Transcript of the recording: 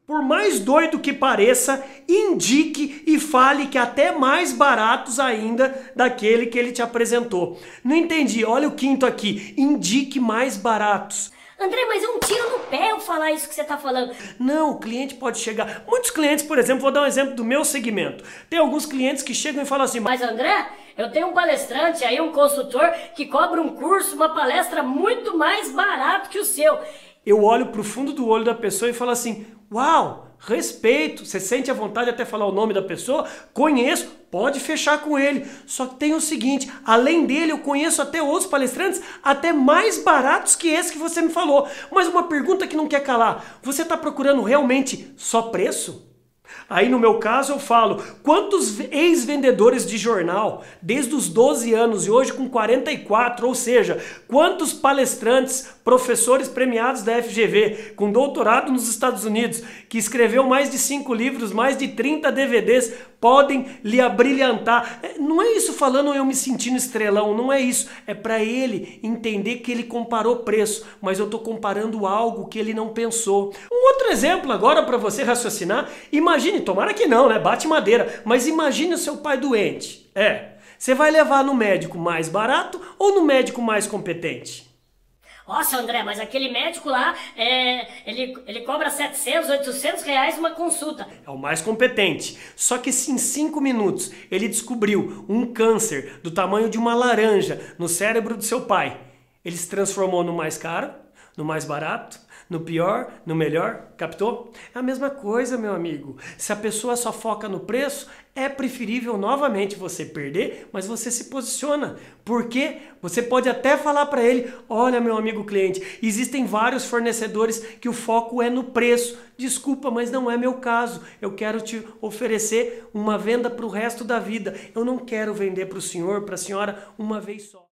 Por mais doido que pareça, indique e fale que até mais baratos ainda daquele que ele te apresentou. Não entendi, olha o quinto aqui, indique mais baratos. André, mas é um tiro no pé eu falar isso que você tá falando. Não, o cliente pode chegar... Muitos clientes, por exemplo, vou dar um exemplo do meu segmento. Tem alguns clientes que chegam e falam assim... Mas André, eu tenho um palestrante aí, um consultor, que cobra um curso, uma palestra muito mais barato que o seu. Eu olho pro fundo do olho da pessoa e falo assim... Uau, respeito, você sente a vontade de até falar o nome da pessoa? Conheço, pode fechar com ele. Só que tem o seguinte, além dele eu conheço até outros palestrantes até mais baratos que esse que você me falou. Mas uma pergunta que não quer calar, você está procurando realmente só preço? Aí no meu caso eu falo, quantos ex-vendedores de jornal, desde os 12 anos e hoje com 44, ou seja, quantos palestrantes, professores premiados da FGV, com doutorado nos Estados Unidos, que escreveu mais de 5 livros, mais de 30 DVDs, podem lhe abrilhantar. Não é isso falando eu me sentindo estrelão, não é isso. É para ele entender que ele comparou preço, mas eu estou comparando algo que ele não pensou. Um outro exemplo agora para você raciocinar, imagine, tomara que não, né? Bate madeira, mas imagine o seu pai doente. Você vai levar no médico mais barato ou no médico mais competente? Nossa, André, mas aquele médico lá, ele cobra 700, 800 reais uma consulta. É o mais competente. Só que se em 5 minutos ele descobriu um câncer do tamanho de uma laranja no cérebro do seu pai, ele se transformou no mais caro, no mais barato, no pior, no melhor, captou? É a mesma coisa, meu amigo. Se a pessoa só foca no preço, é preferível novamente você perder, mas você se posiciona. Porque você pode até falar para ele, olha meu amigo cliente, existem vários fornecedores que o foco é no preço. Desculpa, mas não é meu caso. Eu quero te oferecer uma venda para o resto da vida. Eu não quero vender para o senhor, para a senhora uma vez só.